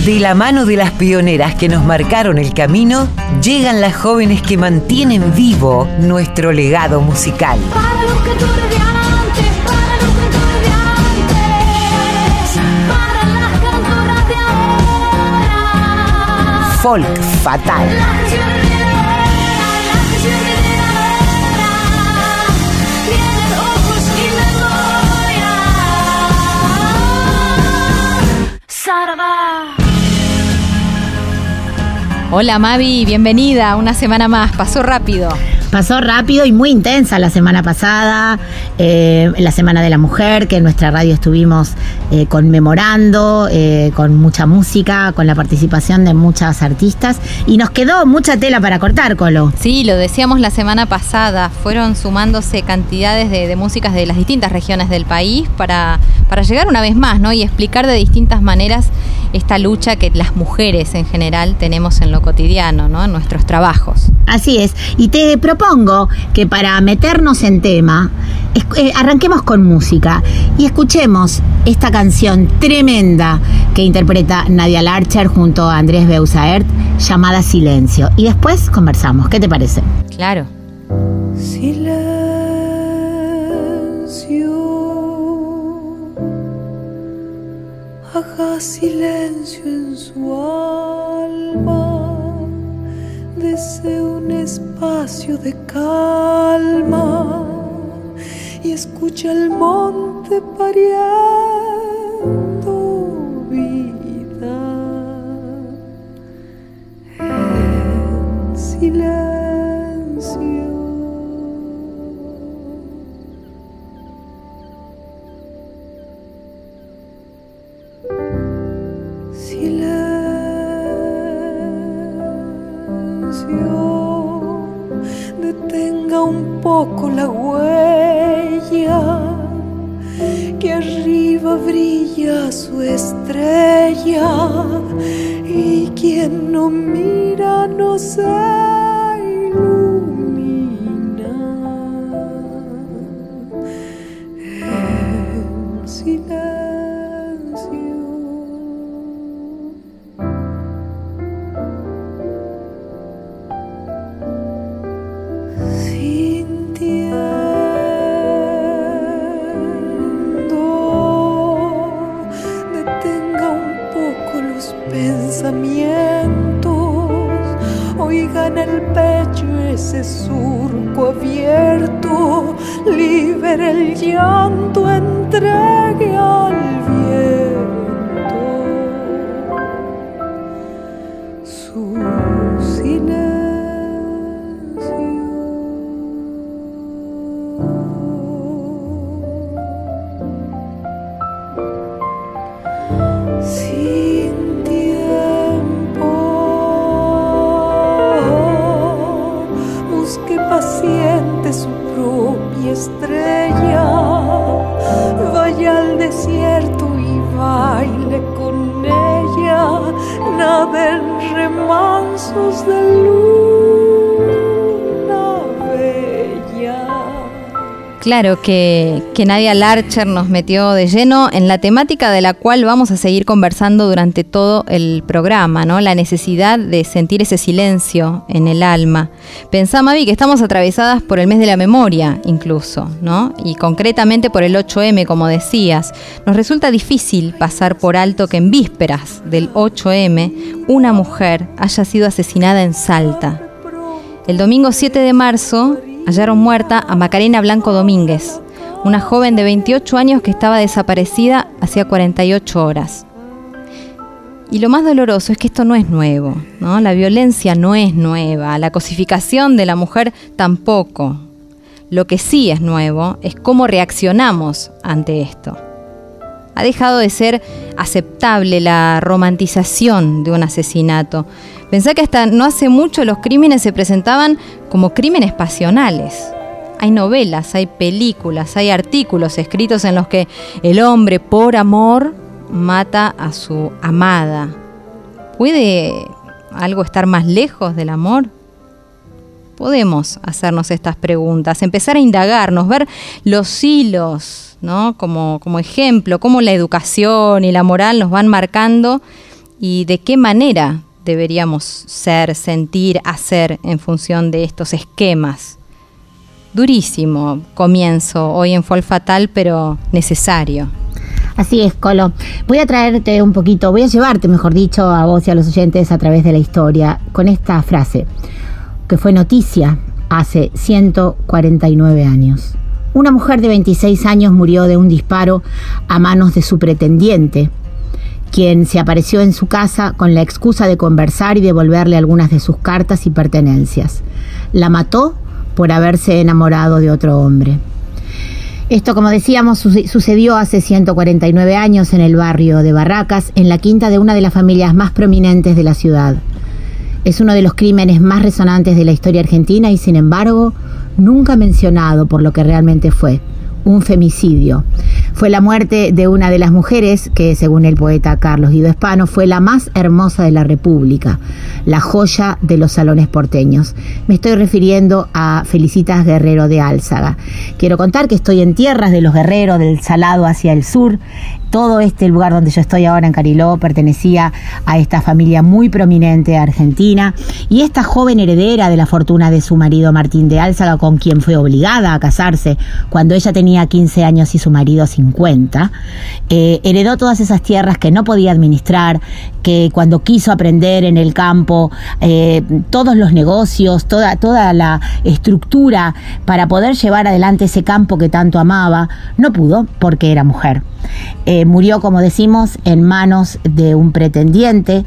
De la mano de las pioneras que nos marcaron el camino, llegan las jóvenes que mantienen vivo nuestro legado musical. Para los cantores de antes, para los cantores de antes, para las cantoras de ahora. Folk Fatal. La canción heredera tienen ojos y memoria. Sarabá. Hola Mavi, bienvenida, una semana más, pasó rápido. Pasó rápido y muy intensa la semana pasada, la Semana de la Mujer, que en nuestra radio estuvimos conmemorando, con mucha música, con la participación de muchas artistas, y nos quedó mucha tela para cortar, Colo. Sí, lo decíamos la semana pasada, fueron sumándose cantidades de músicas de las distintas regiones del país para llegar una vez más, ¿no? Y explicar de distintas maneras esta lucha que las mujeres en general tenemos en lo cotidiano, ¿no? En nuestros trabajos. Así es, y te propongo que para meternos en tema, arranquemos con música y escuchemos esta canción tremenda que interpreta Nadia Larcher junto a Andrés Beusaert, llamada Silencio. Y después conversamos, ¿qué te parece? Claro. Silencio, haga silencio en su alma, desee un espacio de calma y escucha el monte pariendo vida en silencio. Detenga un poco la huella, que arriba brilla su estrella, y quien no mira no se ilumina en silencio. Oiga en el pecho ese surco abierto, libere el llanto, entregue al viento su silencio. Paciente su propia estrella, vaya al desierto y baile con ella, nada en remansos de luna bella. Claro que Nadia Larcher nos metió de lleno en la temática de la cual vamos a seguir conversando durante todo el programa, ¿no? La necesidad de sentir ese silencio en el alma. Pensá, Mavi, que estamos atravesadas por el mes de la memoria, incluso, ¿no? Y concretamente por el 8M, como decías. Nos resulta difícil pasar por alto que en vísperas del 8M una mujer haya sido asesinada en Salta. El domingo 7 de marzo hallaron muerta a Macarena Blanco Domínguez, una joven de 28 años que estaba desaparecida hacía 48 horas. Y lo más doloroso es que esto no es nuevo, ¿no? La violencia no es nueva, la cosificación de la mujer tampoco. Lo que sí es nuevo es cómo reaccionamos ante esto. Ha dejado de ser aceptable la romantización de un asesinato. Pensá que hasta no hace mucho los crímenes se presentaban como crímenes pasionales. Hay novelas, hay películas, hay artículos escritos en los que el hombre por amor mata a su amada. ¿Puede algo estar más lejos del amor? Podemos hacernos estas preguntas, empezar a indagarnos, ver los hilos, ¿no? Como ejemplo, cómo la educación y la moral nos van marcando y de qué manera deberíamos ser, sentir, hacer en función de estos esquemas. Durísimo comienzo hoy en Folk Fatal, pero necesario. Así es, Colo. Voy a llevarte, mejor dicho, a vos y a los oyentes a través de la historia con esta frase, que fue noticia hace 149 años. Una mujer de 26 años murió de un disparo a manos de su pretendiente, quien se apareció en su casa con la excusa de conversar y devolverle algunas de sus cartas y pertenencias. La mató por haberse enamorado de otro hombre. Esto, como decíamos, sucedió hace 149 años en el barrio de Barracas, en la quinta de una de las familias más prominentes de la ciudad. Es uno de los crímenes más resonantes de la historia argentina y, sin embargo, nunca mencionado por lo que realmente fue, un femicidio. Fue la muerte de una de las mujeres que, según el poeta Carlos Guido Espano, fue la más hermosa de la República, la joya de los salones porteños. Me estoy refiriendo a Felicitas Guerrero de Álzaga. Quiero contar que estoy en tierras de los Guerreros, del Salado hacia el sur. Todo este lugar donde yo estoy ahora en Cariló pertenecía a esta familia muy prominente argentina, y esta joven heredera de la fortuna de su marido Martín de Álzaga, con quien fue obligada a casarse cuando ella tenía 15 años y su marido 50, heredó todas esas tierras que no podía administrar, que cuando quiso aprender en el campo todos los negocios, toda la estructura para poder llevar adelante ese campo que tanto amaba, no pudo porque era mujer. Murió, como decimos, en manos de un pretendiente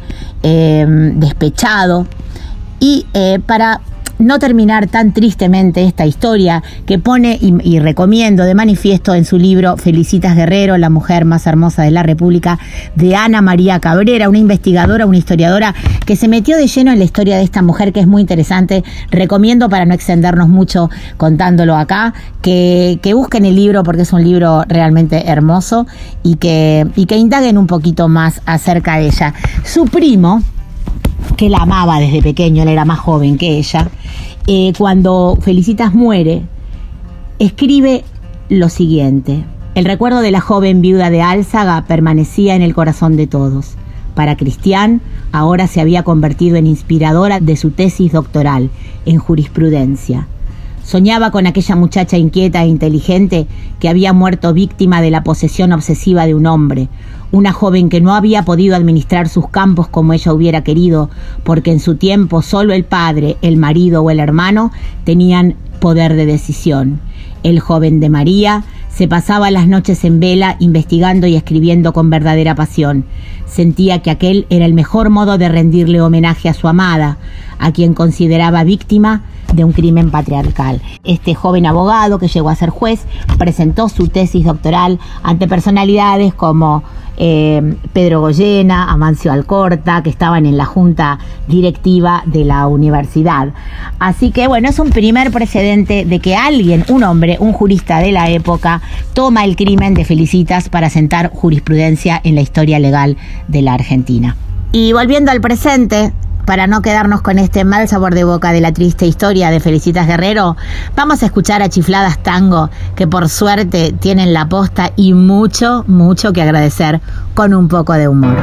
despechado. Y para no terminar tan tristemente esta historia, que pone y recomiendo de manifiesto en su libro Felicitas Guerrero, la mujer más hermosa de la República, de Ana María Cabrera, una investigadora, una historiadora que se metió de lleno en la historia de esta mujer, que es muy interesante. Recomiendo, para no extendernos mucho contándolo acá, que busquen el libro, porque es un libro realmente hermoso, y que indaguen un poquito más acerca de ella. Su primo, que la amaba desde pequeño, él era más joven que ella, cuando Felicitas muere, escribe lo siguiente: el recuerdo de la joven viuda de Álzaga permanecía en el corazón de todos. Para Cristian, ahora se había convertido en inspiradora de su tesis doctoral en jurisprudencia. Soñaba con aquella muchacha inquieta e inteligente que había muerto víctima de la posesión obsesiva de un hombre, una joven que no había podido administrar sus campos como ella hubiera querido, porque en su tiempo solo el padre, el marido o el hermano tenían poder de decisión. El joven de María se pasaba las noches en vela investigando y escribiendo con verdadera pasión. Sentía que aquel era el mejor modo de rendirle homenaje a su amada, a quien consideraba víctima de un crimen patriarcal. Este joven abogado, que llegó a ser juez, presentó su tesis doctoral ante personalidades como Pedro Goyena, Amancio Alcorta, que estaban en la junta directiva de la universidad. Así que bueno, es un primer precedente de que alguien, un hombre, un jurista de la época, toma el crimen de Felicitas para sentar jurisprudencia en la historia legal de la Argentina. Y volviendo al presente, para no quedarnos con este mal sabor de boca de la triste historia de Felicitas Guerrero, vamos a escuchar a Chifladas Tango, que por suerte tienen la posta y mucho, mucho que agradecer, con un poco de humor.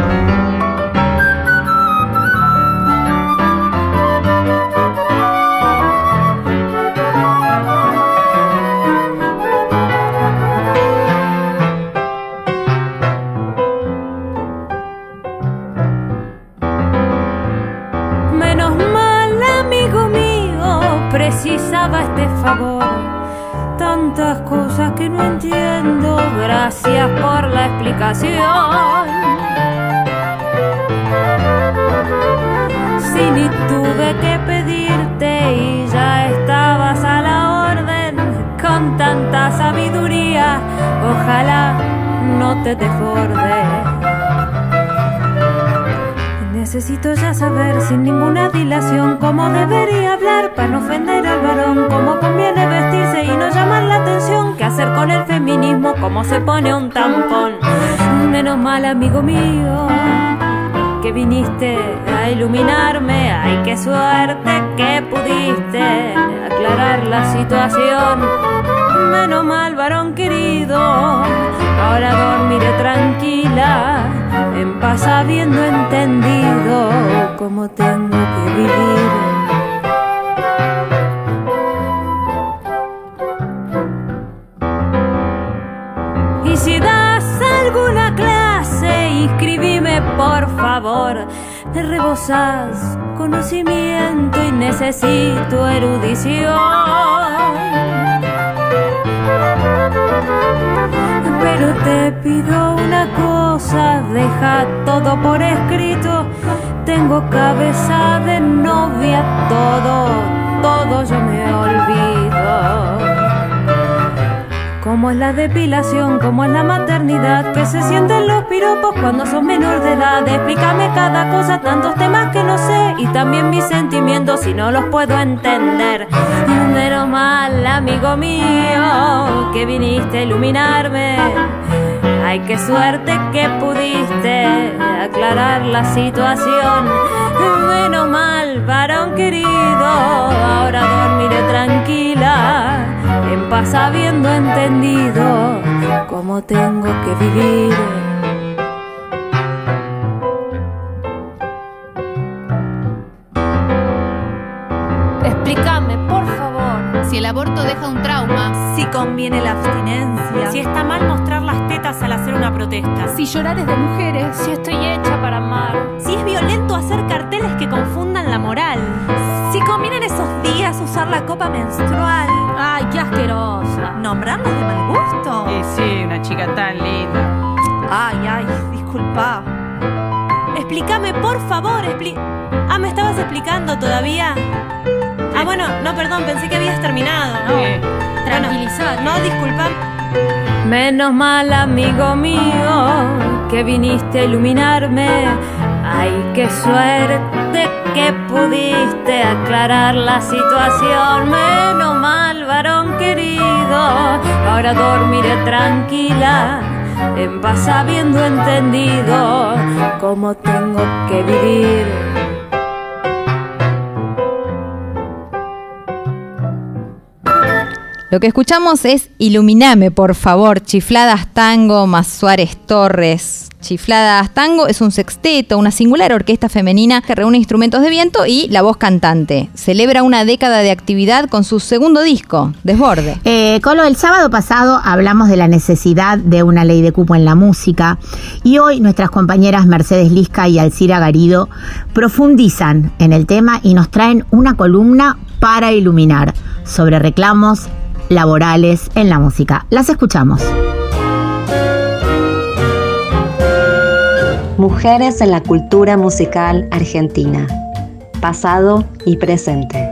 Precisaba este favor, tantas cosas que no entiendo, gracias por la explicación. Si ni tuve que pedirte y ya estabas a la orden, con tanta sabiduría, ojalá no te desborde. Necesito ya saber sin ninguna dilación cómo debería hablar para no ofender al varón, cómo conviene vestirse y no llamar la atención, qué hacer con el feminismo, cómo se pone un tampón. Menos mal, amigo mío, que viniste a iluminarme. Ay, qué suerte que pudiste aclarar la situación. Menos mal, varón querido, ahora dormiré tranquila. en paz habiendo entendido cómo tengo que vivir. Y si das alguna clase, inscribime por favor. Me rebosás conocimiento y necesito erudición. Pero te pido una cosa, deja todo por escrito. Tengo cabeza de novia, todo yo me olvido. Como es la depilación, como es la maternidad, que se sienten los piropos cuando sos menor de edad. Explícame cada cosa, tantos temas que no sé, y también mis sentimientos si no los puedo entender. Menos mal, amigo mío, que viniste a iluminarme. Ay, qué suerte que pudiste aclarar la situación. Menos mal, varón querido, ahora dormiré tranquila, en paz habiendo entendido cómo tengo que vivir. Explícame, por favor, si el aborto deja un trauma, si conviene la abstinencia, si está mal mostrar las tetas al hacer una protesta, si llorar es de mujeres, si estoy hecha para amar, si es violento hacer carteles que confundan la moral, si conviene en esos días usar la copa menstrual. Ay, qué asquerosa. ¿Nombrarnos de mal gusto? Sí, una chica tan linda. Ay, disculpa. Explícame, por favor, ¿me estabas explicando todavía? Bueno, no, perdón, pensé que habías terminado. No, tranquilizar. No, disculpa. Menos mal, amigo mío, que viniste a iluminarme. Ay, qué suerte que pudiste aclarar la situación. Menos mal, varón querido, ahora dormiré tranquila, en paz habiendo entendido cómo tengo que vivir. Lo que escuchamos es Iluminame, por favor, Chifladas Tango más Suárez Torres. Chifladas Tango es un sexteto, una singular orquesta femenina que reúne instrumentos de viento y la voz cantante. Celebra una década de actividad con su segundo disco, Desborde. Colo, el sábado pasado hablamos de la necesidad de una ley de cupo en la música y hoy nuestras compañeras Mercedes Lisca y Alcira Garido profundizan en el tema y nos traen una columna para iluminar sobre reclamos laborales en la música. Las escuchamos. Mujeres en la cultura musical argentina, pasado y presente.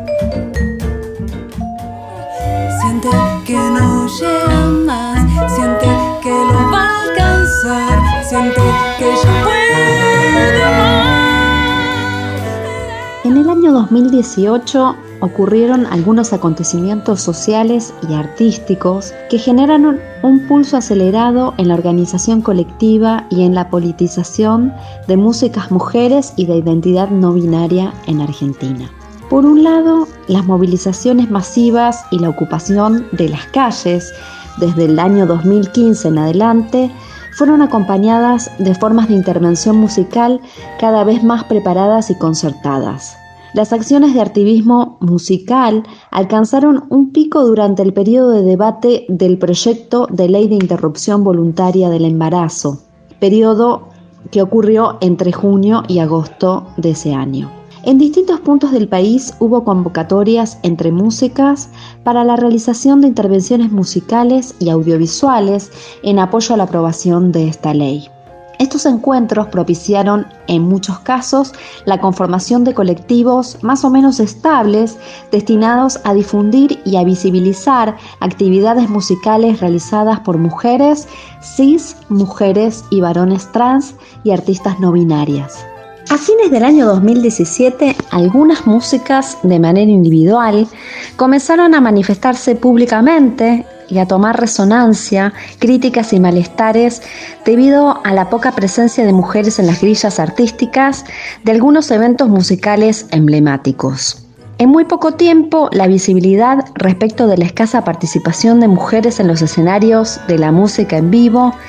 Siente que no llega más, siente que lo va a alcanzar, siente que ya puede más. En el año 2018 ocurrieron algunos acontecimientos sociales y artísticos que generaron un pulso acelerado en la organización colectiva y en la politización de músicas mujeres y de identidad no binaria en Argentina. Por un lado, las movilizaciones masivas y la ocupación de las calles desde el año 2015 en adelante fueron acompañadas de formas de intervención musical cada vez más preparadas y concertadas. Las acciones de activismo musical alcanzaron un pico durante el periodo de debate del proyecto de ley de interrupción voluntaria del embarazo, periodo que ocurrió entre junio y agosto de ese año. En distintos puntos del país hubo convocatorias entre músicas para la realización de intervenciones musicales y audiovisuales en apoyo a la aprobación de esta ley. Estos encuentros propiciaron, en muchos casos, la conformación de colectivos más o menos estables destinados a difundir y a visibilizar actividades musicales realizadas por mujeres, cis, mujeres y varones trans y artistas no binarias. A fines del año 2017, algunas músicas de manera individual comenzaron a manifestarse públicamente y a tomar resonancia, críticas y malestares debido a la poca presencia de mujeres en las grillas artísticas de algunos eventos musicales emblemáticos. En muy poco tiempo, la visibilidad respecto de la escasa participación de mujeres en los escenarios de la música en vivo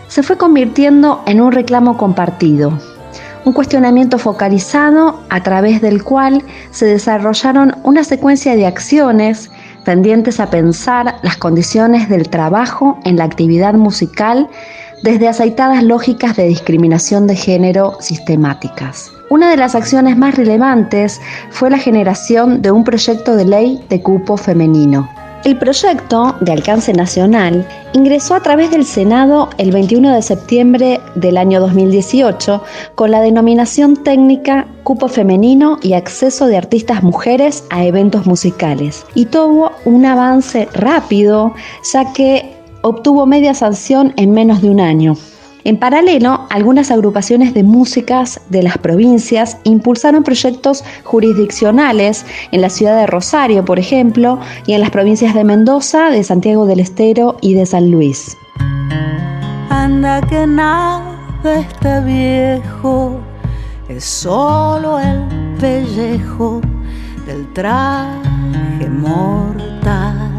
se fue convirtiendo en un reclamo compartido, un cuestionamiento focalizado a través del cual se desarrollaron una secuencia de acciones tendientes a pensar las condiciones del trabajo en la actividad musical desde aceitadas lógicas de discriminación de género sistemáticas. Una de las acciones más relevantes fue la generación de un proyecto de ley de cupo femenino. El proyecto, de alcance nacional, ingresó a través del Senado el 21 de septiembre del año 2018 con la denominación técnica Cupo Femenino y Acceso de Artistas Mujeres a Eventos Musicales, y tuvo un avance rápido, ya que obtuvo media sanción en menos de un año. En paralelo, algunas agrupaciones de músicas de las provincias impulsaron proyectos jurisdiccionales en la ciudad de Rosario, por ejemplo, y en las provincias de Mendoza, de Santiago del Estero y de San Luis. Anda que nada está viejo, es solo el pellejo del traje mortal,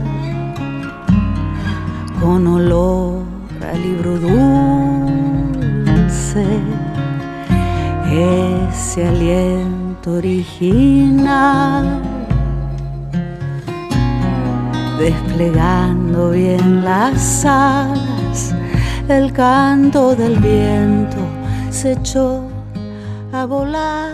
con olor a libro dulce, ese aliento original, desplegando bien las alas, el canto del viento se echó a volar.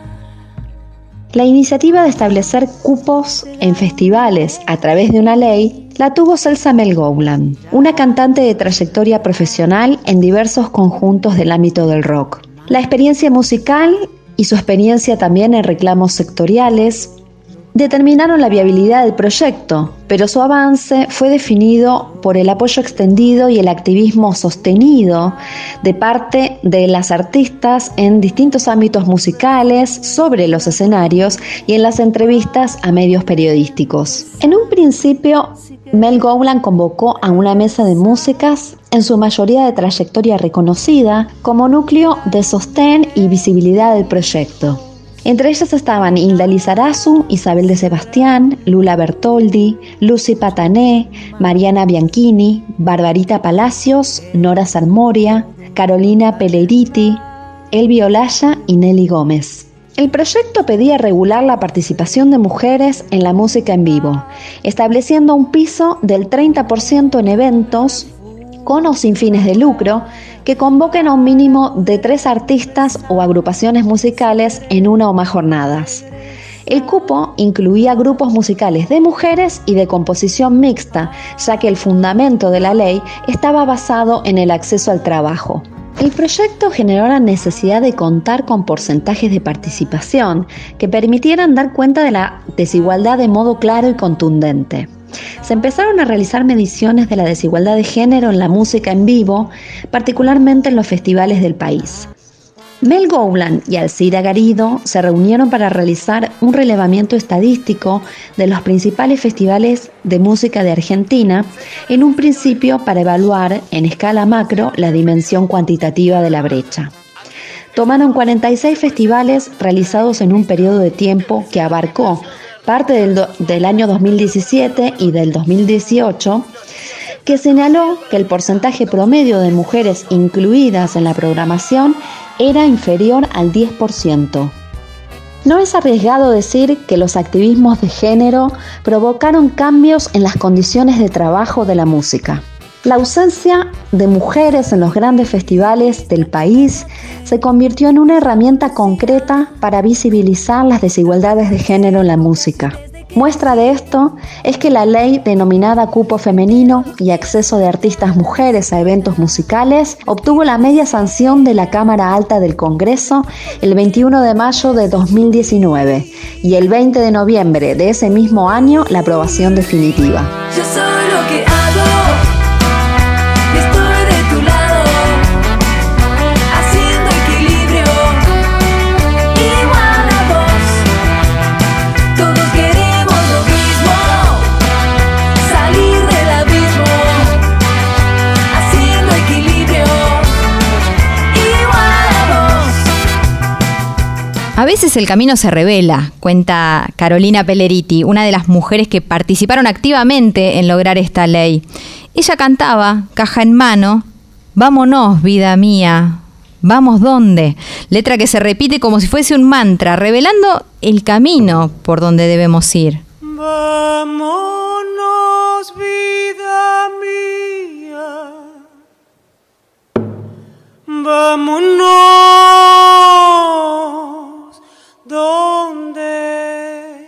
La iniciativa de establecer cupos en festivales a través de una ley la tuvo Celsa Melgoulan, una cantante de trayectoria profesional en diversos conjuntos del ámbito del rock. La experiencia musical y su experiencia también en reclamos sectoriales determinaron la viabilidad del proyecto, pero su avance fue definido por el apoyo extendido y el activismo sostenido de parte de las artistas en distintos ámbitos musicales, sobre los escenarios y en las entrevistas a medios periodísticos. En un principio, Melgoulan convocó a una mesa de músicas, en su mayoría de trayectoria reconocida, como núcleo de sostén y visibilidad del proyecto. Entre ellas estaban Hilda Lizarazu, Isabel de Sebastián, Lula Bertoldi, Lucy Patané, Mariana Bianchini, Barbarita Palacios, Nora Salmoria, Carolina Pelleriti, Elvi Olaya y Nelly Gómez. El proyecto pedía regular la participación de mujeres en la música en vivo, estableciendo un piso del 30% en eventos con o sin fines de lucro que convoquen a un mínimo de 3 artistas o agrupaciones musicales en una o más jornadas. El cupo incluía grupos musicales de mujeres y de composición mixta, ya que el fundamento de la ley estaba basado en el acceso al trabajo. El proyecto generó la necesidad de contar con porcentajes de participación que permitieran dar cuenta de la desigualdad de modo claro y contundente. Se empezaron a realizar mediciones de la desigualdad de género en la música en vivo, particularmente en los festivales del país. Melgoulan y Alcira Garido se reunieron para realizar un relevamiento estadístico de los principales festivales de música de Argentina, en un principio para evaluar en escala macro la dimensión cuantitativa de la brecha. Tomaron 46 festivales realizados en un periodo de tiempo que abarcó parte del año 2017 y del 2018, que señaló que el porcentaje promedio de mujeres incluidas en la programación era inferior al 10%. No es arriesgado decir que los activismos de género provocaron cambios en las condiciones de trabajo de la música. La ausencia de mujeres en los grandes festivales del país se convirtió en una herramienta concreta para visibilizar las desigualdades de género en la música. Muestra de esto es que la ley denominada Cupo Femenino y Acceso de Artistas Mujeres a Eventos Musicales obtuvo la media sanción de la Cámara Alta del Congreso el 21 de mayo de 2019 y el 20 de noviembre de ese mismo año la aprobación definitiva. Yo soy lo que hago. Estoy de tu lado, haciendo equilibrio, igual a vos. Todos queremos lo mismo, salir del abismo, haciendo equilibrio, igual a vos. A veces el camino se revela, cuenta Carolina Pelleriti, una de las mujeres que participaron activamente en lograr esta ley. Ella cantaba, caja en mano, Vámonos, vida mía. ¿Vamos dónde? Letra que se repite como si fuese un mantra, revelando el camino por donde debemos ir. Vámonos, vida mía. Vámonos, ¿dónde?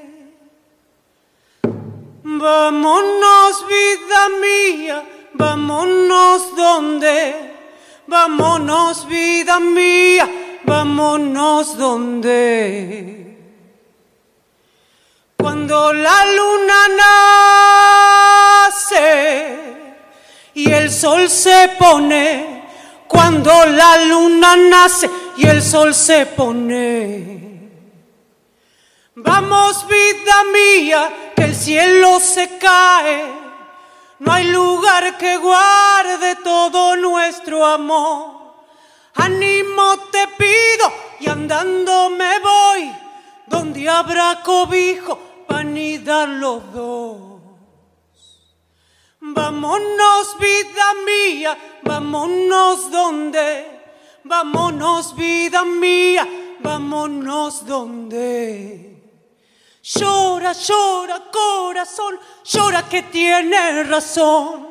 Vámonos, vida mía, vámonos, ¿dónde? Vámonos, vida mía, vámonos, ¿dónde? Cuando la luna nace y el sol se pone, cuando la luna nace y el sol se pone. Vamos, vida mía, que el cielo se cae, no hay lugar que guarde todo nuestro amor. Ánimo te pido y andando me voy, donde habrá cobijo para anidar los dos. Vámonos, vida mía, vámonos, ¿dónde? Vámonos, vida mía, vámonos, ¿dónde? Llora, llora, corazón, llora que tiene razón.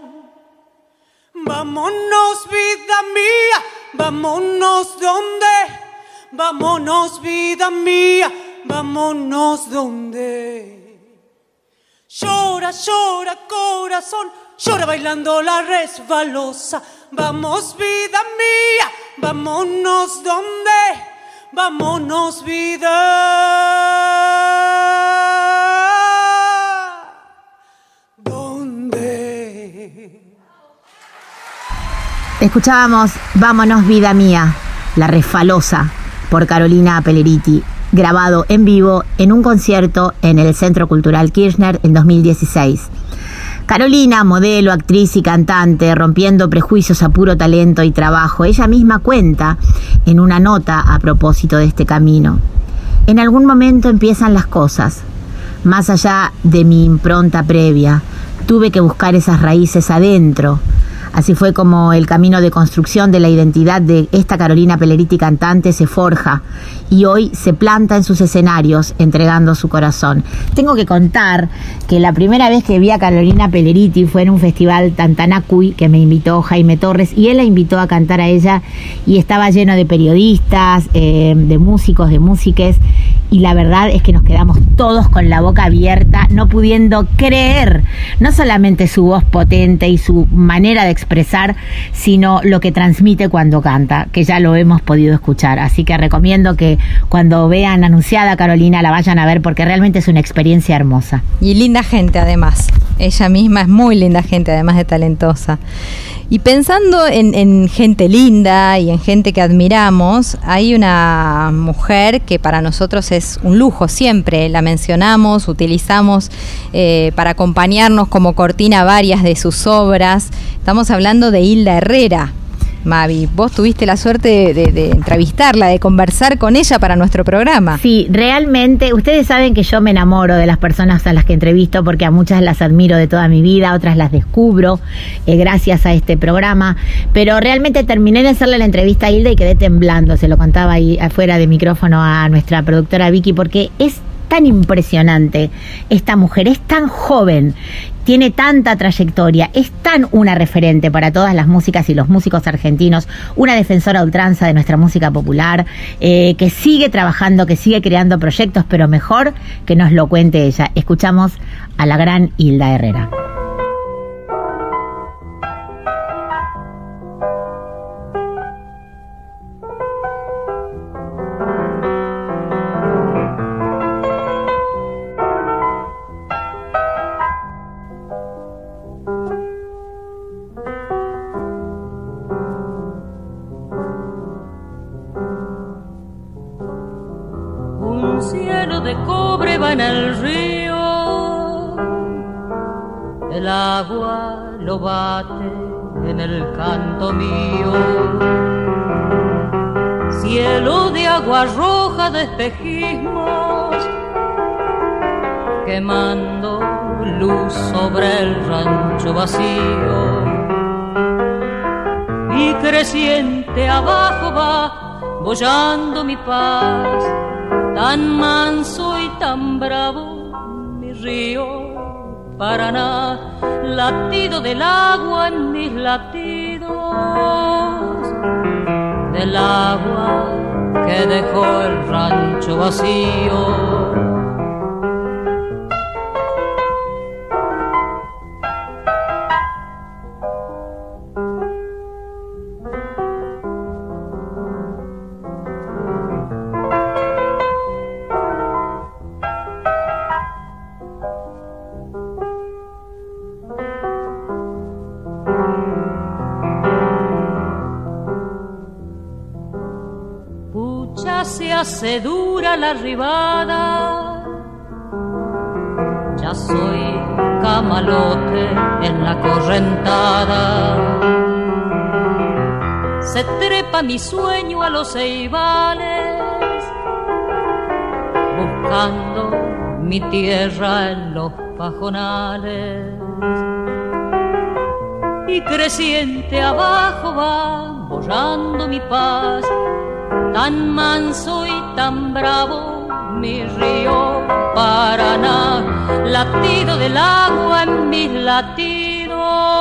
Vámonos, vida mía, vámonos, ¿dónde? Vámonos, vida mía, vámonos, ¿dónde? Llora, llora, corazón, llora bailando la resbalosa. Vamos, vida mía, vámonos, ¿dónde? Vámonos, vida. ¿Dónde? Escuchábamos Vámonos, vida mía, La Resfalosa, por Carolina Pelleriti, grabado en vivo en un concierto en el Centro Cultural Kirchner en 2016. Carolina, modelo, actriz y cantante, rompiendo prejuicios a puro talento y trabajo, ella misma cuenta en una nota a propósito de este camino. En algún momento empiezan las cosas, más allá de mi impronta previa. Tuve que buscar esas raíces adentro. Así fue como el camino de construcción de la identidad de esta Carolina Pelleriti cantante se forja y hoy se planta en sus escenarios entregando su corazón. Tengo que contar que la primera vez que vi a Carolina Pelleriti fue en un festival Tantanacuy que me invitó Jaime Torres y él la invitó a cantar a ella y estaba lleno de periodistas, de músicos, de músiques, y la verdad es que nos quedamos todos con la boca abierta, no pudiendo creer no solamente su voz potente y su manera de expresar, sino lo que transmite cuando canta, que ya lo hemos podido escuchar. Así que recomiendo que cuando vean anunciada a Carolina la vayan a ver porque realmente es una experiencia hermosa. Y linda gente además. Ella misma es muy linda gente, además de talentosa. Y pensando en gente linda y en gente que admiramos, hay una mujer que para nosotros es un lujo siempre. La mencionamos, utilizamos para acompañarnos como cortina varias de sus obras. Estamos hablando de Hilda Herrera. Mavi, vos tuviste la suerte de entrevistarla, de conversar con ella para nuestro programa. Sí, realmente, ustedes saben que yo me enamoro de las personas a las que entrevisto porque a muchas las admiro de toda mi vida, otras las descubro gracias a este programa, pero realmente terminé de hacerle la entrevista a Hilda y quedé temblando, se lo contaba ahí afuera de micrófono a nuestra productora Vicky, porque es tan impresionante esta mujer, es tan joven, tiene tanta trayectoria, es tan una referente para todas las músicas y los músicos argentinos, una defensora a ultranza de nuestra música popular, que sigue trabajando, que sigue creando proyectos, pero mejor que nos lo cuente ella. Escuchamos a la gran Hilda Herrera. Cielo de cobre va en el río, el agua lo bate en el canto mío. Cielo de agua roja de espejismos, quemando luz sobre el rancho vacío. y creciente abajo va bollando mi paz. Tan manso y tan bravo mi río Paraná, latido del agua en mis latidos, del agua que dejó el rancho vacío. Se hace dura la ribada, ya soy camalote en la correntada. Se trepa mi sueño a los ceibales, buscando mi tierra en los pajonales. Y creciente abajo va borrando mi paz. Tan manso y tan bravo mi río Paraná, latido del agua en mis latidos,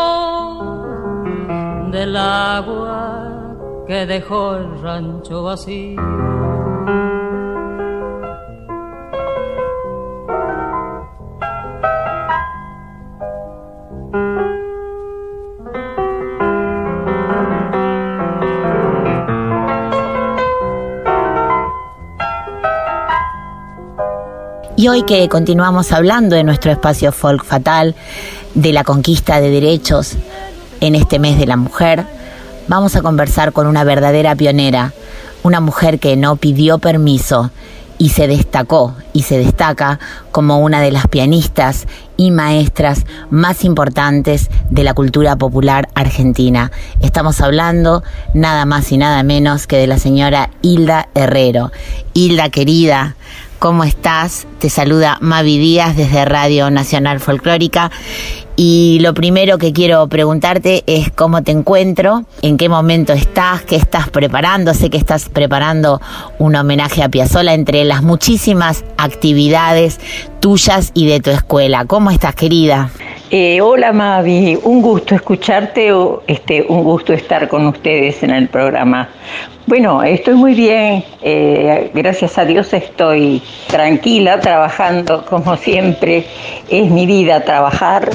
del agua que dejó el rancho vacío. Y hoy que continuamos hablando en nuestro espacio Folk Fatal de la conquista de derechos en este mes de la mujer, vamos a conversar con una verdadera pionera, una mujer que no pidió permiso y se destacó y se destaca como una de las pianistas y maestras más importantes de la cultura popular argentina. Estamos hablando nada más y nada menos que de la señora Hilda Herrero. Hilda, querida, ¿cómo estás? Te saluda Mavi Díaz desde Radio Nacional Folclórica. Y lo primero que quiero preguntarte es cómo te encuentro, en qué momento estás, qué estás preparando. Sé que estás preparando un homenaje a Piazzolla entre las muchísimas actividades tuyas y de tu escuela. ¿Cómo estás, querida? Hola, Mavi, un gusto escucharte, un gusto estar con ustedes en el programa. Bueno, estoy muy bien, gracias a Dios estoy tranquila, trabajando como siempre, es mi vida trabajar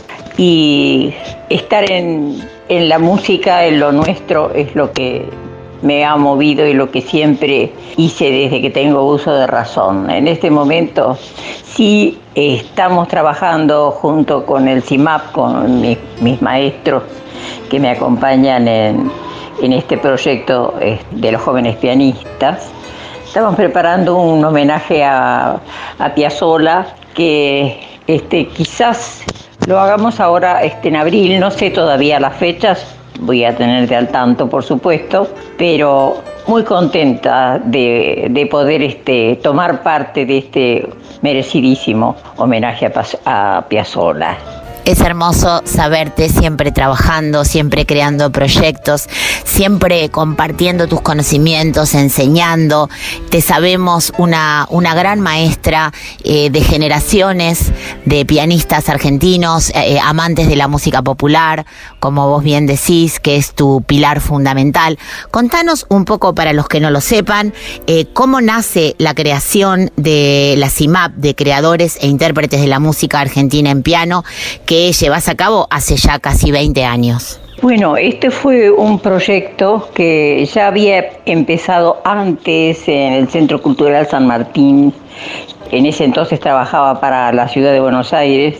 y estar en la música, en lo nuestro, es lo que me ha movido y lo que siempre hice desde que tengo uso de razón. En este momento sí estamos trabajando junto con el CIMAP, con mis maestros que me acompañan en este proyecto de los jóvenes pianistas. Estamos preparando un homenaje a Piazzolla que quizás lo hagamos ahora en abril, no sé todavía las fechas, voy a tenerte al tanto por supuesto, pero muy contenta de poder tomar parte de este merecidísimo homenaje a Piazzolla. Es hermoso saberte siempre trabajando, siempre creando proyectos, siempre compartiendo tus conocimientos, enseñando. Te sabemos una gran maestra de generaciones de pianistas argentinos, amantes de la música popular, como vos bien decís, que es tu pilar fundamental. Contanos un poco, para los que no lo sepan, cómo nace la creación de la CIMAP, de creadores e intérpretes de la música argentina en piano, que llevas a cabo hace ya casi 20 años. Bueno, este fue un proyecto que ya había empezado antes en el Centro Cultural San Martín. En ese entonces trabajaba para la ciudad de Buenos Aires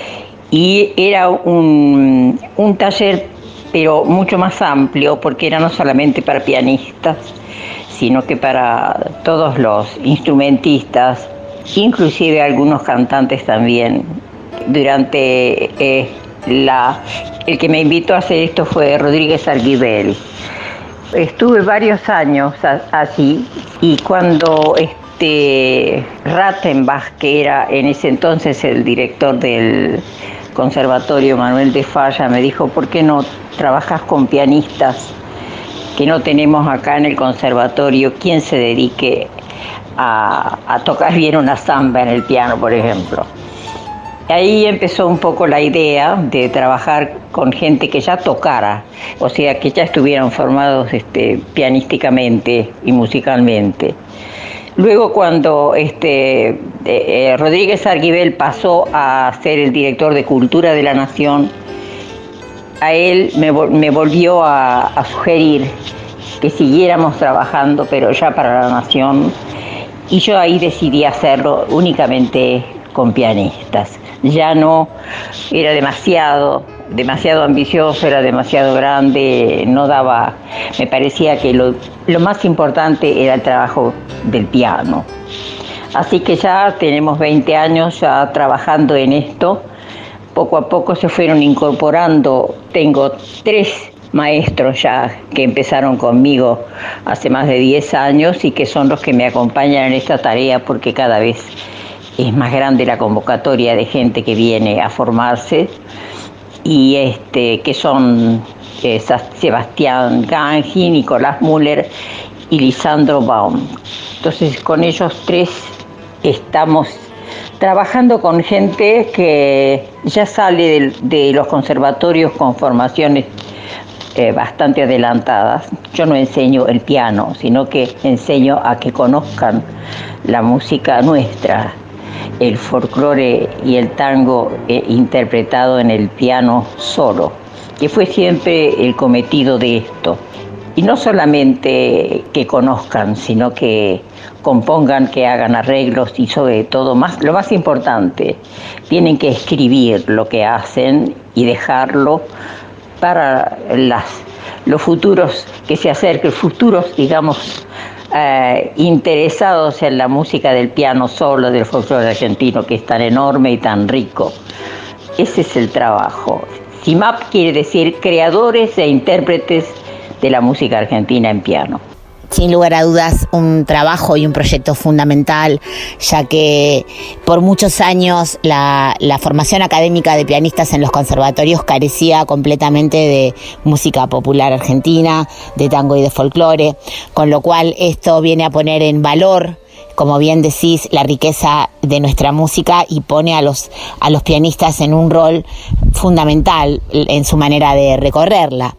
y era un taller, pero mucho más amplio, porque era no solamente para pianistas, sino que para todos los instrumentistas, inclusive algunos cantantes también. Durante el que me invitó a hacer esto fue Rodríguez Arguibel. Estuve varios años así, y cuando Rattenbach, que era en ese entonces el director del Conservatorio Manuel de Falla, me dijo: ¿por qué no trabajas con pianistas que no tenemos acá en el conservatorio quien se dedique a tocar bien una samba en el piano, por ejemplo. Ahí empezó un poco la idea de trabajar con gente que ya tocara, o sea, que ya estuvieran formados pianísticamente y musicalmente. Luego, cuando Rodríguez Arguibel pasó a ser el director de Cultura de la Nación, a él me volvió a sugerir que siguiéramos trabajando, pero ya para la Nación, y yo ahí decidí hacerlo únicamente con pianistas. Ya no, era demasiado ambicioso, era demasiado grande, no daba, me parecía que lo más importante era el trabajo del piano. Así que ya tenemos 20 años ya trabajando en esto, poco a poco se fueron incorporando, tengo 3 maestros ya que empezaron conmigo hace más de 10 años y que son los que me acompañan en esta tarea porque cada vez es más grande la convocatoria de gente que viene a formarse y que son Sebastián Gangi, Nicolás Müller y Lisandro Baum. Entonces con ellos 3 estamos trabajando con gente que ya sale de los conservatorios con formaciones bastante adelantadas. Yo no enseño el piano, sino que enseño a que conozcan la música nuestra, el folclore y el tango interpretado en el piano solo, que fue siempre el cometido de esto. Y no solamente que conozcan, sino que compongan, que hagan arreglos y sobre todo, lo más importante, tienen que escribir lo que hacen y dejarlo para los futuros que se acerquen, futuros, digamos, interesados en la música del piano solo, del folclore argentino, que es tan enorme y tan rico. Ese es el trabajo. CIMAP quiere decir creadores e intérpretes de la música argentina en piano. Sin lugar a dudas, un trabajo y un proyecto fundamental, ya que por muchos años la formación académica de pianistas en los conservatorios carecía completamente de música popular argentina, de tango y de folclore, con lo cual esto viene a poner en valor, como bien decís, la riqueza de nuestra música y pone a los pianistas en un rol fundamental en su manera de recorrerla.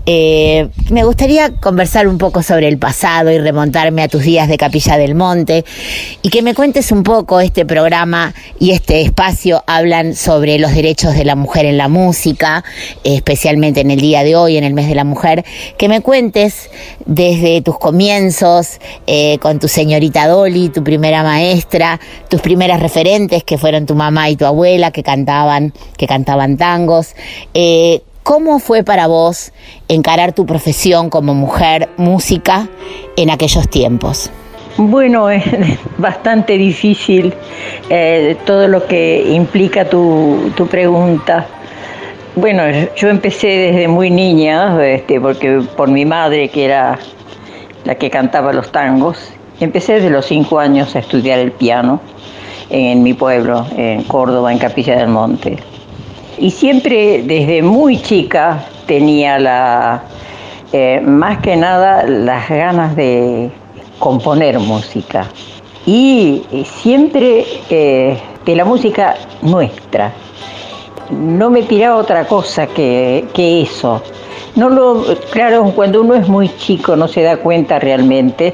Me gustaría conversar un poco sobre el pasado y remontarme a tus días de Capilla del Monte y que me cuentes un poco. Este programa y este espacio hablan sobre los derechos de la mujer en la música, especialmente en el día de hoy, en el mes de la mujer, que me cuentes desde tus comienzos con tu señorita Dolly, tu primera maestra, tus primeras referentes que fueron tu mamá y tu abuela que cantaban tangos. ¿Cómo fue para vos encarar tu profesión como mujer música en aquellos tiempos? Bueno, es bastante difícil todo lo que implica tu pregunta. Bueno, yo empecé desde muy niña, porque por mi madre, que era la que cantaba los tangos, empecé desde los 5 años a estudiar el piano en mi pueblo, en Córdoba, en Capilla del Monte. Y siempre desde muy chica tenía más que nada las ganas de componer música. Y siempre de la música nuestra. No me tiraba otra cosa que eso. Claro, cuando uno es muy chico no se da cuenta realmente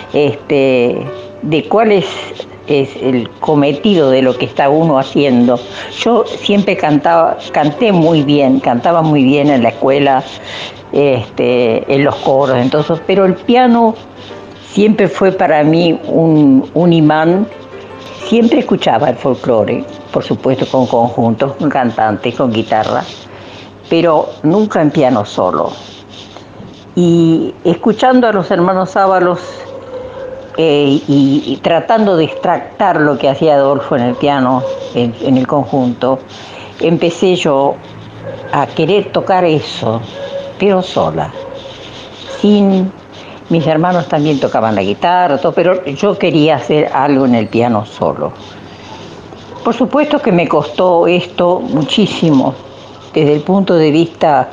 de cuál es el cometido de lo que está uno haciendo. Yo siempre cantaba muy bien en la escuela, en los coros, entonces, pero el piano siempre fue para mí un imán. Siempre escuchaba el folclore, por supuesto con conjuntos, con cantantes, con guitarra, pero nunca en piano solo. Y escuchando a los hermanos Ábalos, y tratando de extractar lo que hacía Adolfo en el piano, en el conjunto, empecé yo a querer tocar eso, pero sola. Mis hermanos también tocaban la guitarra, todo, pero yo quería hacer algo en el piano solo. Por supuesto que me costó esto muchísimo, desde el punto de vista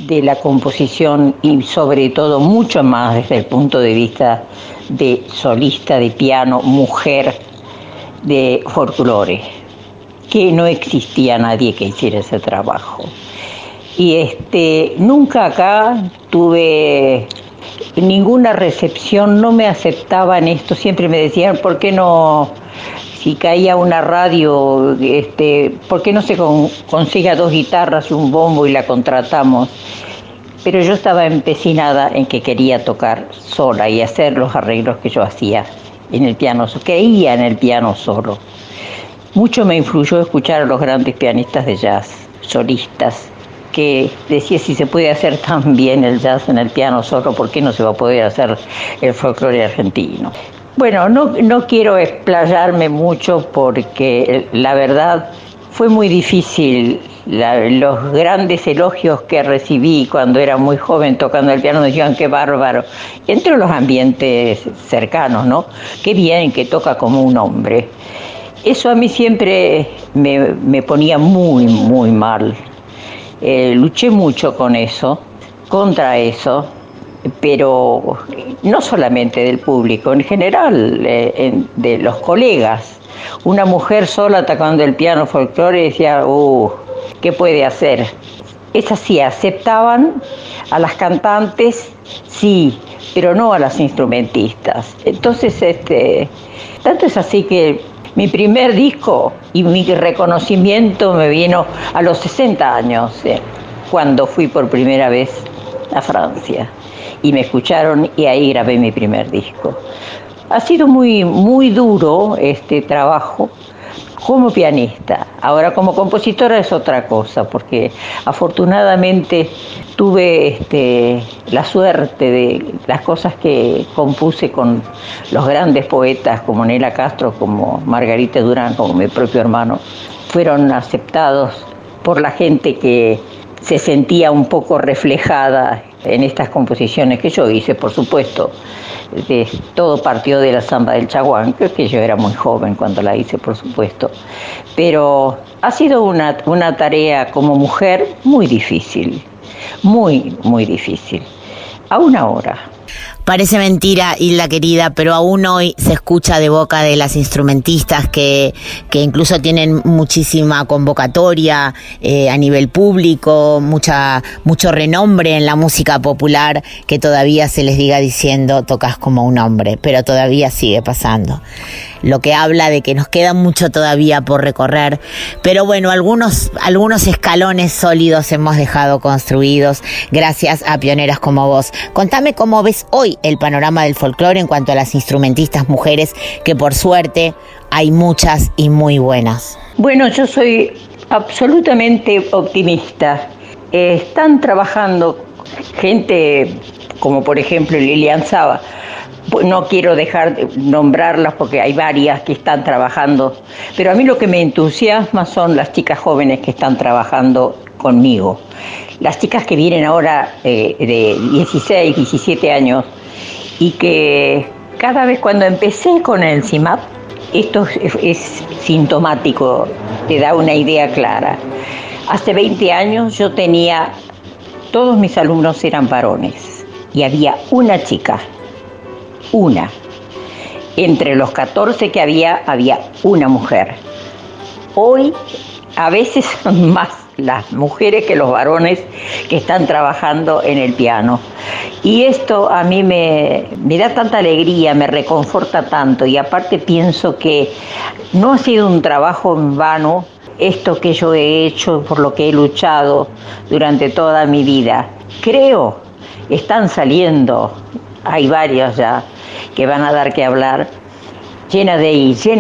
de la composición y sobre todo mucho más desde el punto de vista de solista de piano, mujer de folclore, que no existía nadie que hiciera ese trabajo. Y nunca acá tuve ninguna recepción, no me aceptaban esto, siempre me decían, ¿por qué no, si caía una radio, por qué no se consiga 2 guitarras y un bombo y la contratamos? Pero yo estaba empecinada en que quería tocar sola y hacer los arreglos que yo hacía en el piano, creía en el piano solo. Mucho me influyó escuchar a los grandes pianistas de jazz, solistas, que decía, si se puede hacer tan bien el jazz en el piano solo, ¿por qué no se va a poder hacer el folclore argentino? Bueno, no quiero explayarme mucho porque la verdad fue muy difícil. Los grandes elogios que recibí cuando era muy joven tocando el piano me decían, qué bárbaro, entre los ambientes cercanos, ¿no? Qué bien que toca como un hombre. Eso a mí siempre me ponía muy, muy mal. Luché mucho con eso, contra eso, pero no solamente del público, en general, de los colegas. Una mujer sola tocando el piano folclore decía, ¿qué puede hacer? Es así, aceptaban a las cantantes, sí, pero no a las instrumentistas. Entonces, tanto es así que mi primer disco y mi reconocimiento me vino a los 60 años, cuando fui por primera vez a Francia y me escucharon y ahí grabé mi primer disco. Ha sido muy, muy duro este trabajo como pianista. Ahora como compositora es otra cosa, porque afortunadamente tuve la suerte de las cosas que compuse con los grandes poetas como Nela Castro, como Margarita Durán, como mi propio hermano, fueron aceptados por la gente que se sentía un poco reflejada en estas composiciones que yo hice, por supuesto. Todo partió de la samba del Chaguán, que yo era muy joven cuando la hice, por supuesto. Pero ha sido una tarea como mujer muy difícil, muy, muy difícil. Aún ahora. Parece mentira, Hilda querida, pero aún hoy se escucha de boca de las instrumentistas que incluso tienen muchísima convocatoria a nivel público, mucho renombre en la música popular, que todavía se les diga diciendo tocas como un hombre, pero todavía sigue pasando. Lo que habla de que nos queda mucho todavía por recorrer, pero bueno, algunos escalones sólidos hemos dejado construidos gracias a pioneras como vos. Contame cómo ves hoy el panorama del folclore en cuanto a las instrumentistas mujeres, que por suerte hay muchas y muy buenas. Bueno, yo soy absolutamente optimista. Están trabajando gente como por ejemplo Lilian Saba. No quiero dejar de nombrarlas porque hay varias que están trabajando, pero a mí lo que me entusiasma son las chicas jóvenes que están trabajando conmigo. Las chicas que vienen ahora de 16, 17 años y que cada vez cuando empecé con el CIMAP, esto es sintomático, te da una idea clara. Hace 20 años yo tenía, todos mis alumnos eran varones y había una chica. Una. Entre los 14 que había una mujer. Hoy a veces son más las mujeres que los varones que están trabajando en el piano. Y esto a mí me da tanta alegría, me reconforta tanto, y aparte pienso que no ha sido un trabajo en vano esto que yo he hecho, por lo que he luchado durante toda mi vida. Creo, están saliendo, hay varias ya que van a dar que hablar, llenas de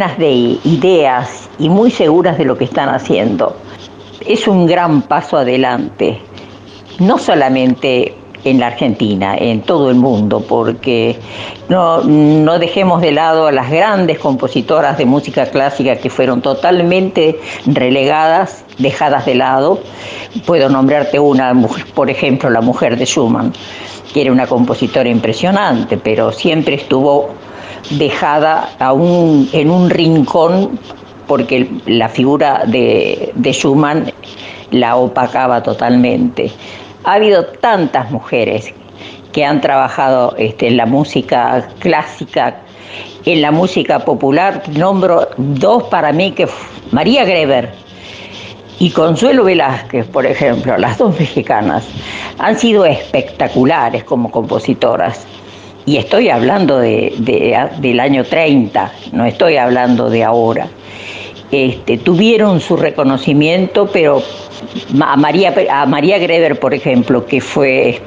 ideas y muy seguras de lo que están haciendo. Es un gran paso adelante, no solamente en la Argentina, en todo el mundo, porque no dejemos de lado a las grandes compositoras de música clásica que fueron totalmente relegadas, dejadas de lado. Puedo nombrarte una, por ejemplo, la mujer de Schumann, que era una compositora impresionante, pero siempre estuvo dejada en un rincón porque la figura de Schumann la opacaba totalmente. ha habido tantas mujeres que han trabajado en la música clásica, en la música popular. Nombro dos para mí, que María Greber y Consuelo Velázquez, por ejemplo, las dos mexicanas, han sido espectaculares como compositoras. Y estoy hablando del año 30, no estoy hablando de ahora. Tuvieron su reconocimiento, pero a María Greber, por ejemplo, que fue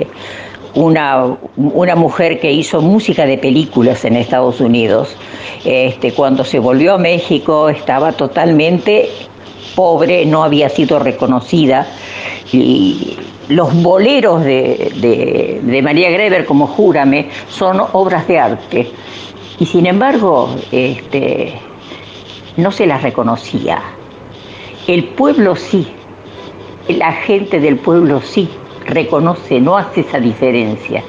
una mujer que hizo música de películas en Estados Unidos, cuando se volvió a México estaba totalmente pobre, no había sido reconocida, y los boleros de María Greber, como Júrame, son obras de arte, y sin embargo no se las reconocía. El pueblo sí, la gente del pueblo sí reconoce, no hace esa diferencia.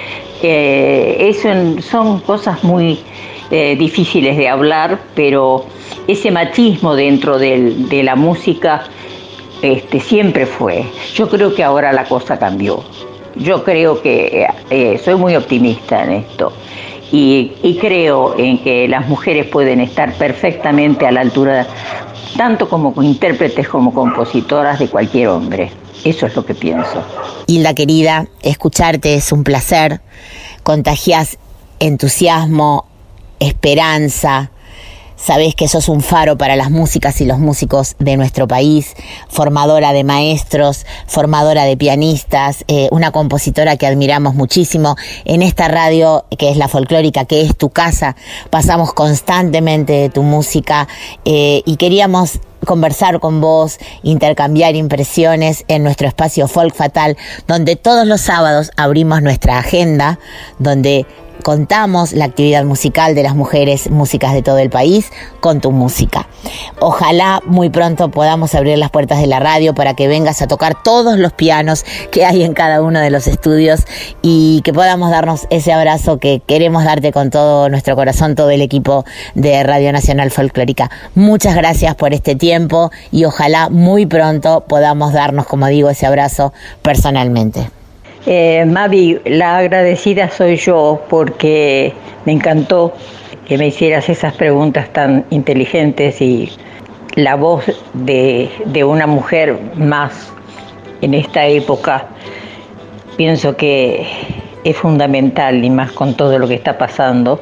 Son cosas muy difíciles de hablar, pero ese machismo dentro de la música siempre fue. Yo creo que ahora la cosa cambió. Yo creo que soy muy optimista en esto y creo en que las mujeres pueden estar perfectamente a la altura, tanto como intérpretes como compositoras, de cualquier hombre. Eso es lo que pienso. Hilda querida, escucharte es un placer. Contagias entusiasmo, esperanza. Sabés que sos un faro para las músicas y los músicos de nuestro país, formadora de maestros, formadora de pianistas, una compositora que admiramos muchísimo. En esta radio, que es la folclórica, que es tu casa, pasamos constantemente de tu música y queríamos conversar con vos, intercambiar impresiones en nuestro espacio Folk Fatal, donde todos los sábados abrimos nuestra agenda, donde contamos la actividad musical de las mujeres músicas de todo el país con tu música. Ojalá muy pronto podamos abrir las puertas de la radio para que vengas a tocar todos los pianos que hay en cada uno de los estudios y que podamos darnos ese abrazo que queremos darte con todo nuestro corazón, todo el equipo de Radio Nacional Folclórica. Muchas gracias por este tiempo y ojalá muy pronto podamos darnos, como digo, ese abrazo personalmente. Mavi, la agradecida soy yo, porque me encantó que me hicieras esas preguntas tan inteligentes, y la voz de una mujer más en esta época pienso que es fundamental, y más con todo lo que está pasando.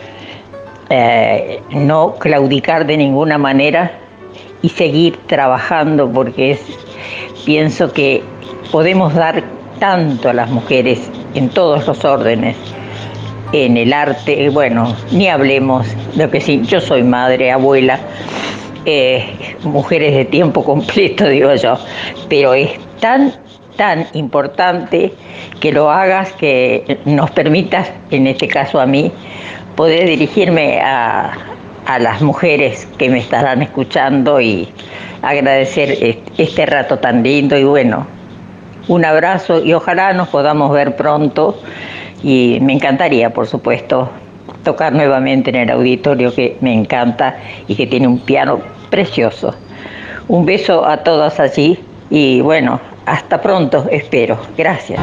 No claudicar de ninguna manera y seguir trabajando, porque pienso que podemos dar tanto a las mujeres en todos los órdenes, en el arte, bueno, ni hablemos de que sí, yo soy madre, abuela, mujeres de tiempo completo, digo yo, pero es tan importante que lo hagas, que nos permitas, en este caso a mí, poder dirigirme a las mujeres que me estarán escuchando y agradecer este rato tan lindo. Y bueno, un abrazo y ojalá nos podamos ver pronto, y me encantaría, por supuesto, tocar nuevamente en el auditorio, que me encanta y que tiene un piano precioso. Un beso a todas allí y bueno, hasta pronto, espero. Gracias.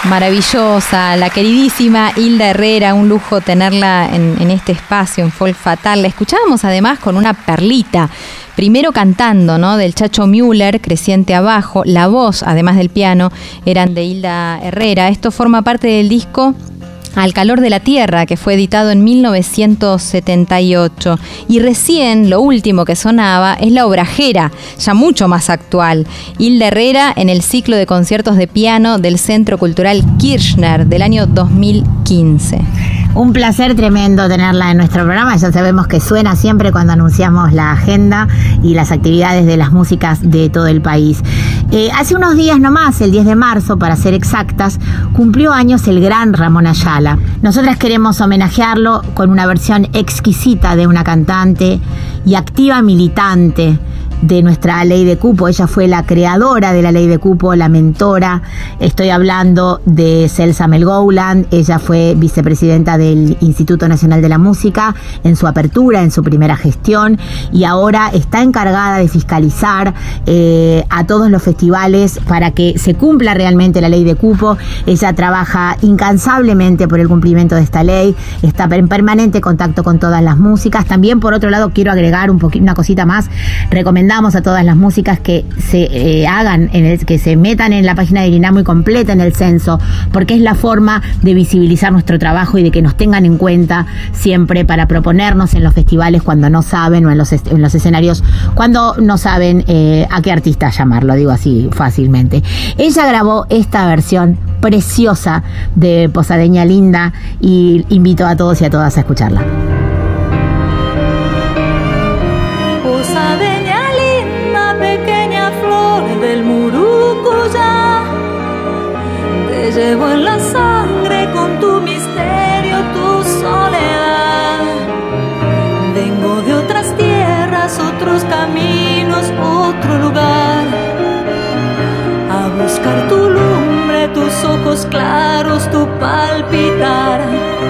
Maravillosa, la queridísima Hilda Herrera, un lujo tenerla en este espacio, en Folk Fatal. La escuchábamos además con una perlita, primero cantando, ¿no?, del Chacho Müller, Creciente Abajo. La voz, además del piano, eran de Hilda Herrera. Esto forma parte del disco Al Calor de la Tierra, que fue editado en 1978. Y recién, lo último que sonaba es La Obrajera, ya mucho más actual. Hilda Herrera en el ciclo de conciertos de piano del Centro Cultural Kirchner del año 2015. Un placer tremendo tenerla en nuestro programa. Ya sabemos que suena siempre cuando anunciamos la agenda y las actividades de las músicas de todo el país. Hace unos días nomás, el 10 de marzo, para ser exactas, cumplió años el gran Ramón Ayala. Nosotras queremos homenajearlo con una versión exquisita de una cantante y activa militante de nuestra ley de cupo. Ella fue la creadora de la ley de cupo, la mentora. Estoy hablando de Celsa Melgoulan. Ella fue vicepresidenta del Instituto Nacional de la Música en su apertura, en su primera gestión, y ahora está encargada de fiscalizar a todos los festivales para que se cumpla realmente la ley de cupo. Ella trabaja incansablemente por el cumplimiento de esta ley, está en permanente contacto con todas las músicas. También, por otro lado, quiero agregar una cosita más. Recomendamos a todas las músicas que se hagan, que se metan en la página del INAMU y completen el censo, porque es la forma de visibilizar nuestro trabajo y de que nos tengan en cuenta siempre para proponernos en los festivales cuando no saben, o en los escenarios cuando no saben a qué artista llamarlo, digo así fácilmente. Ella grabó esta versión preciosa de Posadeña Linda y invito a todos y a todas a escucharla. Del Murucuyá, te llevo en la sangre con tu misterio, tu soledad. Vengo de otras tierras, otros caminos, otro lugar, a buscar tu lumbre, tus ojos claros, tu palpitar.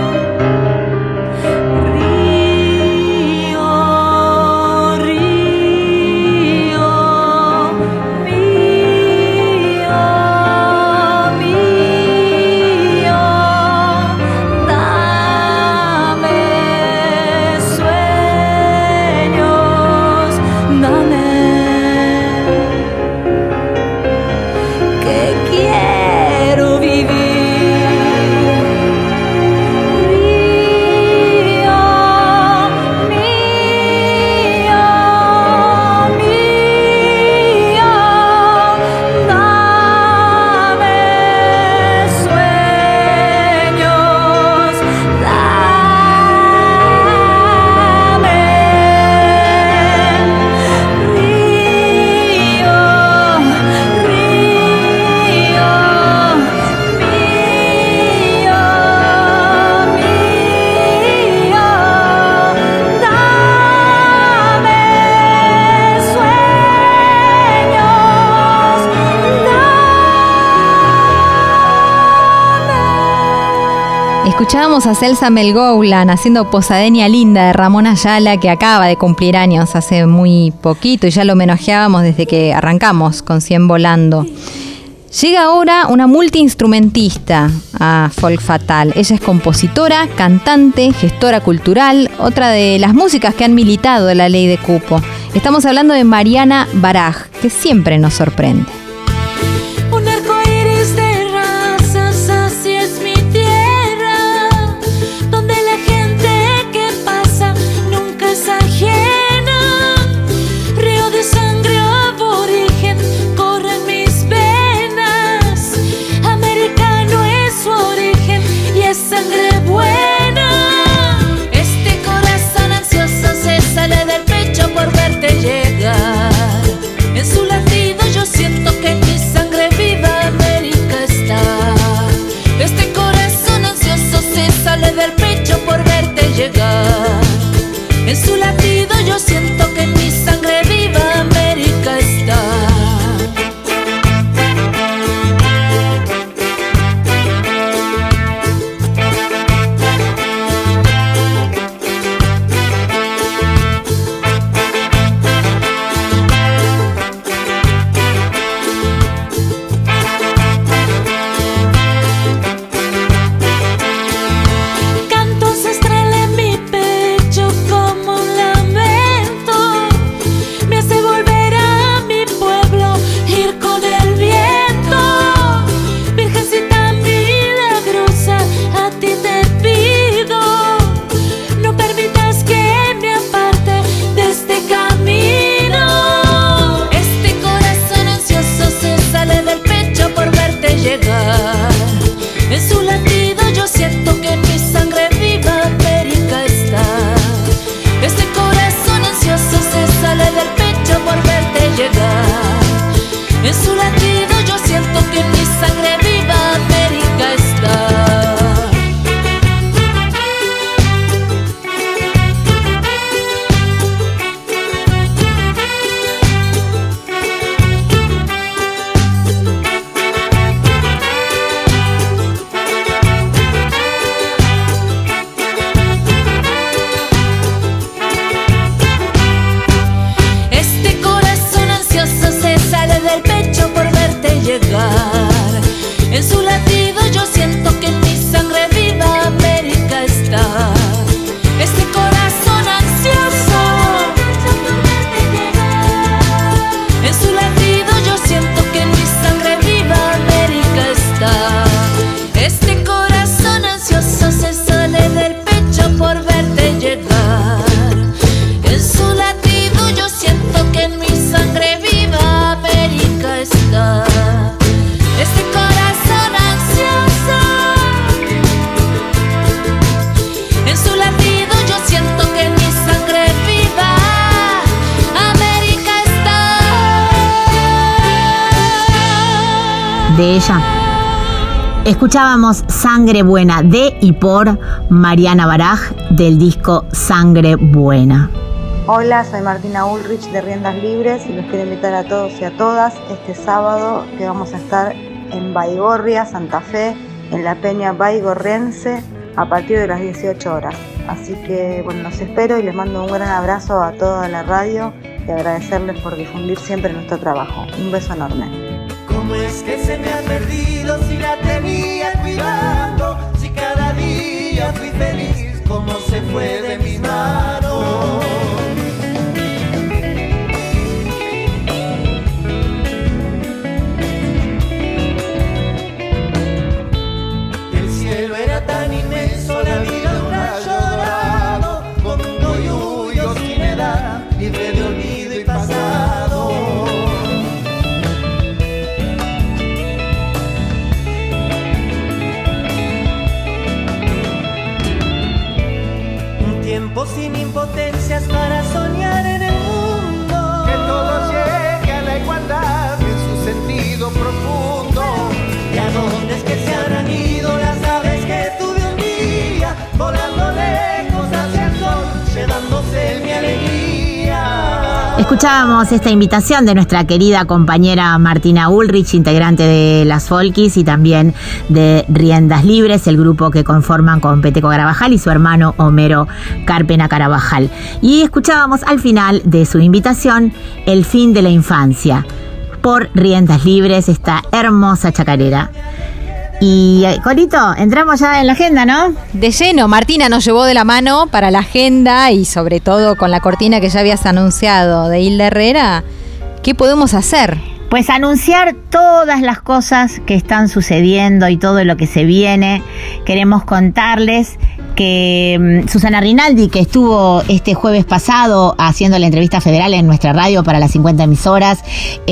Escuchábamos a Celsa Melgoulan haciendo Posadeña Linda de Ramón Ayala, que acaba de cumplir años hace muy poquito y ya lo homenajeábamos desde que arrancamos con 100 Volando. Llega ahora una multiinstrumentista a Folk Fatal. Ella es compositora, cantante, gestora cultural, otra de las músicas que han militado la ley de cupo. Estamos hablando de Mariana Baraj, que siempre nos sorprende. Por verte llegar, en su latido yo siento de ella. Escuchábamos Sangre Buena de y por Mariana Baraj del disco Sangre Buena. Hola, soy Martina Ulrich de Riendas Libres y los quiero invitar a todos y a todas este sábado que vamos a estar en Baigorria, Santa Fe, en la Peña Baigorriense a partir de las 18 horas. Así que bueno, los espero y les mando un gran abrazo a toda la radio y agradecerles por difundir siempre nuestro trabajo. Un beso enorme. ¿Cómo es que se me ha perdido si la tenía cuidando? Si cada día fui feliz, ¿cómo se fue de mis manos? El cielo era tan inmenso, la vida un rayo dorado, con un coyuyo sin edad, libre de olvido y pasado. Sin impotencias para soñar en el mundo, que todo llegue a la igualdad en su sentido profundo. ¿Y a dónde es que se habrán ido las aves que tuve un día, volando lejos hacia el sol, llevándose mi alegría? Escuchábamos esta invitación de nuestra querida compañera Martina Ulrich, integrante de Las Folkis y también de Riendas Libres, el grupo que conforman con Peteco Carabajal y su hermano Homero Carpena Carabajal. Y escuchábamos al final de su invitación El fin de la infancia, por Riendas Libres, esta hermosa chacarera. Y Corito, entramos ya en la agenda, ¿no? De lleno, Martina nos llevó de la mano para la agenda y sobre todo con la cortina que ya habías anunciado de Hilda Herrera. ¿Qué podemos hacer? Pues anunciar todas las cosas que están sucediendo y todo lo que se viene. Queremos contarles que Susana Rinaldi, que estuvo este jueves pasado haciendo la entrevista federal en nuestra radio para las 50 emisoras,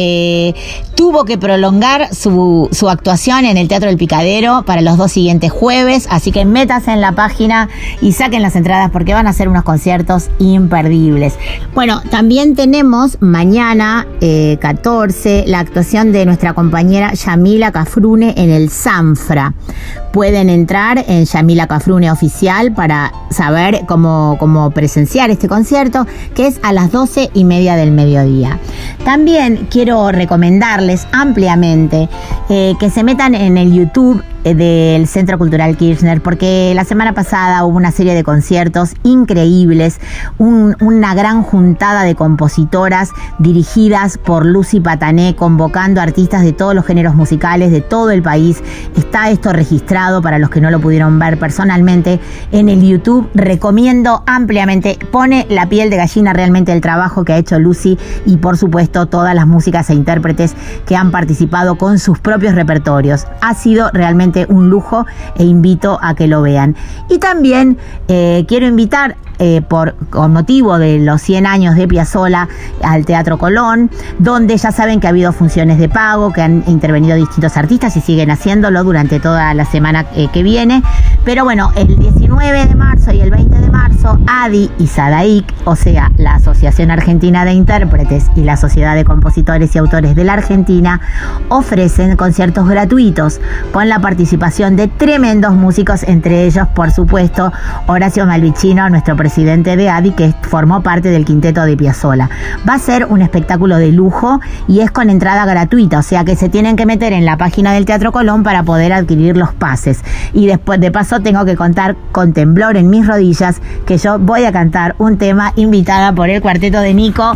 tuvo que prolongar su actuación en el Teatro del Picadero para los 2 siguientes jueves, así que métanse en la página y saquen las entradas porque van a ser unos conciertos imperdibles. Bueno, también tenemos mañana 14 la actuación de nuestra compañera Yamila Cafrune en el Zanfra. Pueden entrar en Yamila Cafrune Oficial para saber cómo presenciar este concierto, que es a las 12:30 del mediodía. También quiero recomendarles ampliamente que se metan en el YouTube del Centro Cultural Kirchner, porque la semana pasada hubo una serie de conciertos increíbles, una gran juntada de compositoras dirigidas por Lucy Patané, convocando artistas de todos los géneros musicales de todo el país. Está esto registrado para los que no lo pudieron ver personalmente en el YouTube. Recomiendo ampliamente, pone la piel de gallina realmente el trabajo que ha hecho Lucy y por supuesto todas las músicas e intérpretes que han participado con sus propios repertorios. Ha sido realmente un lujo e invito a que lo vean. Y también quiero invitar con motivo de los 100 años de Piazzolla al Teatro Colón, donde ya saben que ha habido funciones de pago, que han intervenido distintos artistas y siguen haciéndolo durante toda la semana que viene. Pero bueno, el 19 de marzo y el 20 de marzo, ADI y SADAIC, o sea, la Asociación Argentina de Intérpretes y la Sociedad de Compositores y Autores de la Argentina, ofrecen conciertos gratuitos con la participación de tremendos músicos, entre ellos, por supuesto, Horacio Malvicino, nuestro presidente de ADI, que formó parte del quinteto de Piazzolla. Va a ser un espectáculo de lujo y es con entrada gratuita, o sea que se tienen que meter en la página del Teatro Colón para poder adquirir los pases. Y después, de paso, tengo que contar con temblor en mis rodillas que yo voy a cantar un tema invitada por el cuarteto de Nico,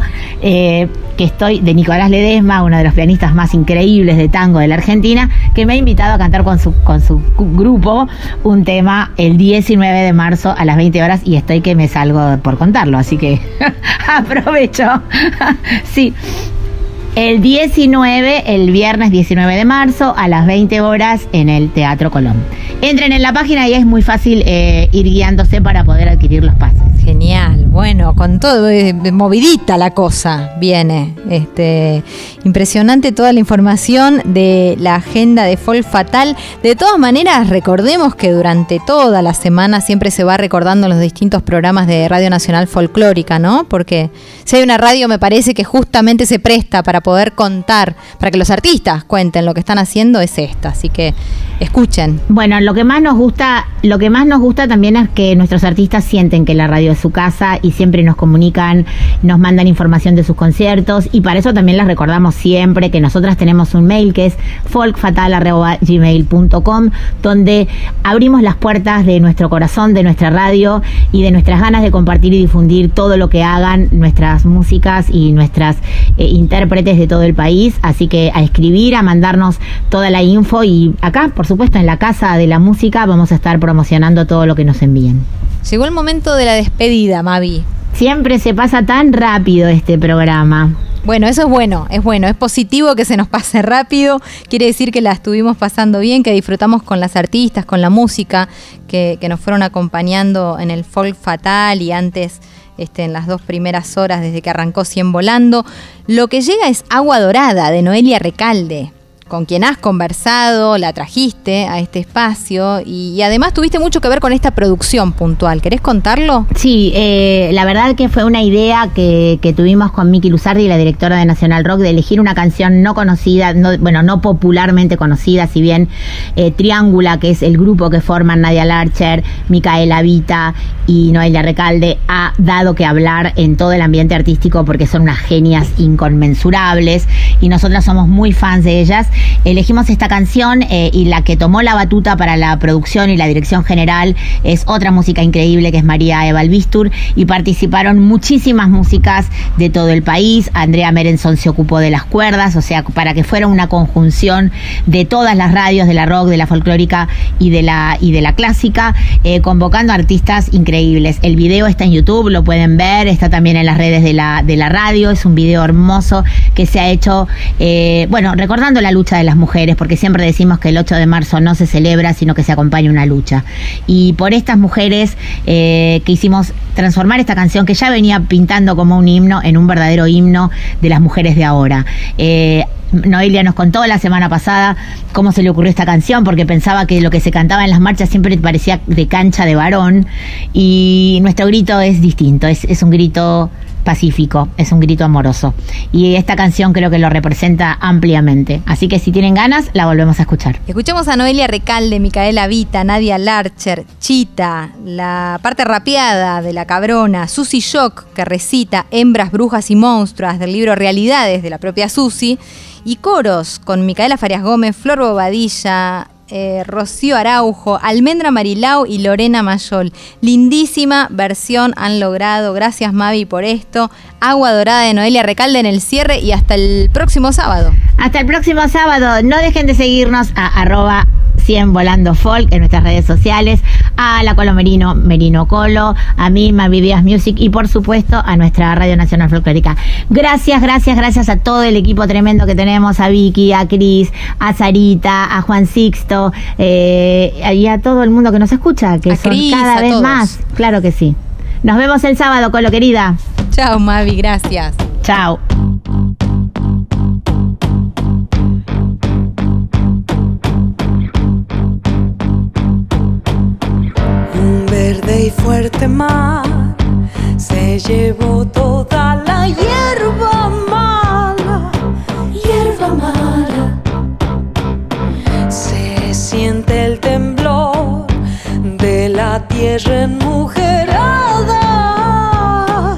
de Nicolás Ledesma, uno de los pianistas más increíbles de tango de la Argentina, que me ha invitado a cantar con su grupo un tema el 19 de marzo a las 20 horas y estoy que me salgo por contarlo, así que aprovecho. Sí. El viernes 19 de marzo a las 20 horas en el Teatro Colón. Entren en la página y es muy fácil ir guiándose para poder adquirir los pases. Genial, bueno, con todo, movidita la cosa viene. Impresionante toda la información de la agenda de Folk Fatal. De todas maneras, recordemos que durante toda la semana siempre se va recordando los distintos programas de Radio Nacional Folclórica, ¿no? Porque si hay una radio, me parece que justamente se presta para poder contar, para que los artistas cuenten lo que están haciendo, es esta. Así que escuchen. Bueno, lo que más nos gusta también es que nuestros artistas sienten que la radio es su casa y siempre nos comunican, nos mandan información de sus conciertos, y para eso también les recordamos siempre que nosotras tenemos un mail que es folkfatal@gmail.com, donde abrimos las puertas de nuestro corazón, de nuestra radio y de nuestras ganas de compartir y difundir todo lo que hagan nuestras músicas y nuestras intérpretes de todo el país. Así que a escribir, a mandarnos toda la info, y acá, por supuesto, en la Casa de la Música vamos a estar promocionando todo lo que nos envíen. Llegó el momento de la despedida, Mavi. Siempre se pasa tan rápido este programa. Bueno, eso es bueno, es positivo que se nos pase rápido, quiere decir que la estuvimos pasando bien, que disfrutamos con las artistas, con la música, que nos fueron acompañando en el Folk Fatal y antes en las 2 primeras horas desde que arrancó 100 Volando. Lo que llega es Agua Dorada, de Noelia Recalde, con quien has conversado, la trajiste a este espacio y además tuviste mucho que ver con esta producción puntual. ¿Querés contarlo? Sí, la verdad que fue una idea que tuvimos con Miki Luzardi, la directora de Nacional Rock, de elegir una canción no conocida, no popularmente conocida, si bien Triángula, que es el grupo que forman Nadia Larcher, Micaela Vita y Noelia Recalde, ha dado que hablar en todo el ambiente artístico porque son unas genias inconmensurables y nosotras somos muy fans de ellas. Elegimos esta canción y la que tomó la batuta para la producción y la dirección general es otra música increíble, que es María Eva Albistur, y participaron muchísimas músicas de todo el país. Andrea Merenson se ocupó de las cuerdas, o sea, para que fuera una conjunción de todas las radios, de la rock, de la folclórica y de la clásica, convocando artistas increíbles. El video está en YouTube, lo pueden ver, está también en las redes de la radio. Es un video hermoso que se ha hecho, recordando la lucha de las mujeres, porque siempre decimos que el 8 de marzo no se celebra, sino que se acompaña una lucha. Y por estas mujeres quisimos transformar esta canción, que ya venía pintando como un himno, en un verdadero himno de las mujeres de ahora. Noelia nos contó la semana pasada cómo se le ocurrió esta canción, porque pensaba que lo que se cantaba en las marchas siempre parecía de cancha de varón, y nuestro grito es distinto, es un grito pacífico, es un grito amoroso, y esta canción creo que lo representa ampliamente, así que si tienen ganas la volvemos a escuchar. Escuchemos a Noelia Recalde, Micaela Vita, Nadia Larcher, Chita, la parte rapeada de La Cabrona, Susi Shock, que recita Hembras, Brujas y Monstruas del libro Realidades de la propia Susi, y coros con Micaela Farias Gómez, Flor Bobadilla, Rocío Araujo, Almendra Marilao y Lorena Mayol. Lindísima versión han logrado. Gracias, Mavi, por esto. Agua Dorada de Noelia Recalde en el cierre, y hasta el próximo sábado. Hasta el próximo sábado. No dejen de seguirnos a @100 Volando Folk en nuestras redes sociales, a la Colo Merino Colo, a mí, Mavi Díaz Music, y por supuesto a nuestra Radio Nacional Folclórica. Gracias a todo el equipo tremendo que tenemos, a Vicky, a Cris, a Sarita, a Juan Sixto, y a todo el mundo que nos escucha, que son Cris, cada vez todos más. Claro que sí. Nos vemos el sábado, Colo querida. Chao, Mavi, gracias. Chao. Un verde y fuerte mar se llevó toda la hierba mala, se siente el temblor de la tierra enmujerada,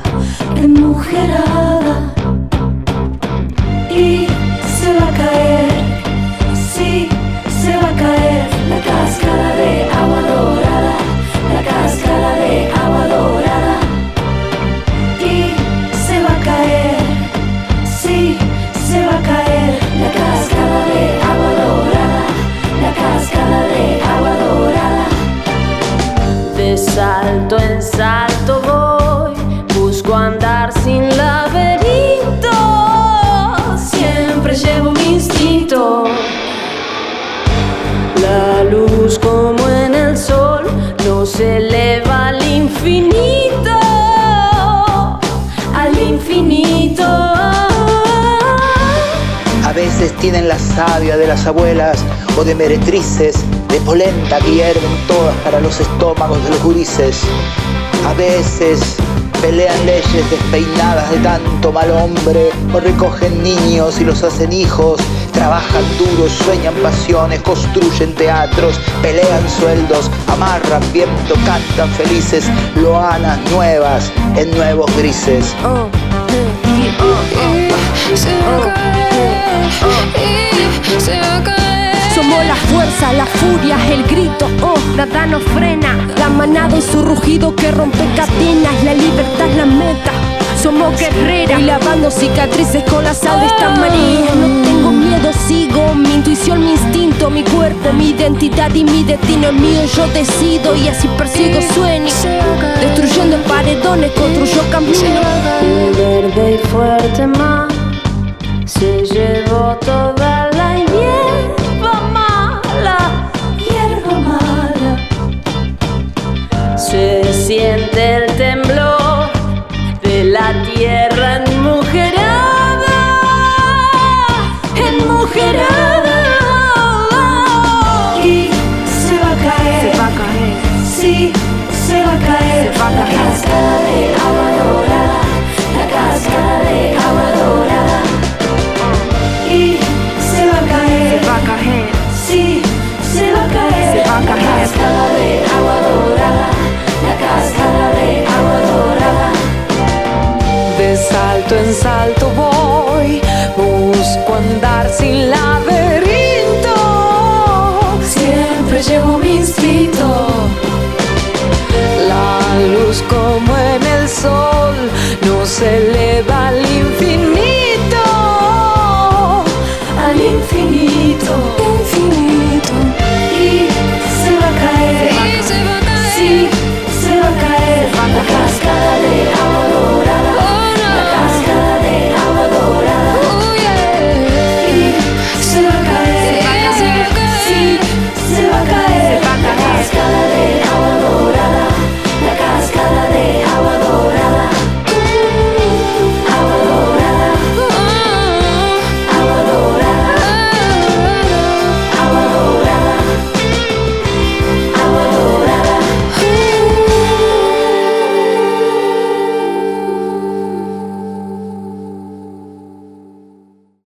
y se va a caer, sí, se va a caer la cáscara de agua dorada, la cáscara de agua dorada, y se va a caer, sí, se va a caer la cáscara de agua dorada, la cáscara de agua dorada. De salto en salto voy, busco andar sin laberinto, siempre llevo mi instinto. La luz como en el sol no se eleva al infinito. infinito. A veces tienen la savia de las abuelas o de meretrices, de polenta que hierven todas para los estómagos de los gurises. A veces pelean leyes despeinadas de tanto mal hombre, o recogen niños y los hacen hijos. Trabajan duro, sueñan pasiones, construyen teatros, pelean sueldos, amarran viento, cantan felices, loanas nuevas en nuevos grises. Somos la fuerza, la furia, el grito, nada nos frena. La manada y su rugido que rompe cadenas, la libertad es la meta. Somos guerreras y lavando cicatrices con la sal de esta María. No tengo miedo, sigo mi intuición, mi instinto, mi cuerpo, mi identidad y mi destino es mío. Yo decido y así persigo sueños. Destruyendo paredones, construyo camino. Un verde y fuerte mar se llevó toda la hierba mala, hierba mala. Se siente el temblor de la tierra enmujerada, enmujerada. Y se va a caer, se va a caer, sí, se va a caer, se va a caer. La cascada de agua dorada, la cascada de agua dorada. Y se va a caer, se va a caer, sí, se va a caer, se va a caer. La cascada de agua dorada, la cascada de agua dorada. De salto en salto voy, busco andar sin laberinto. Siempre llevo mi instinto. La luz como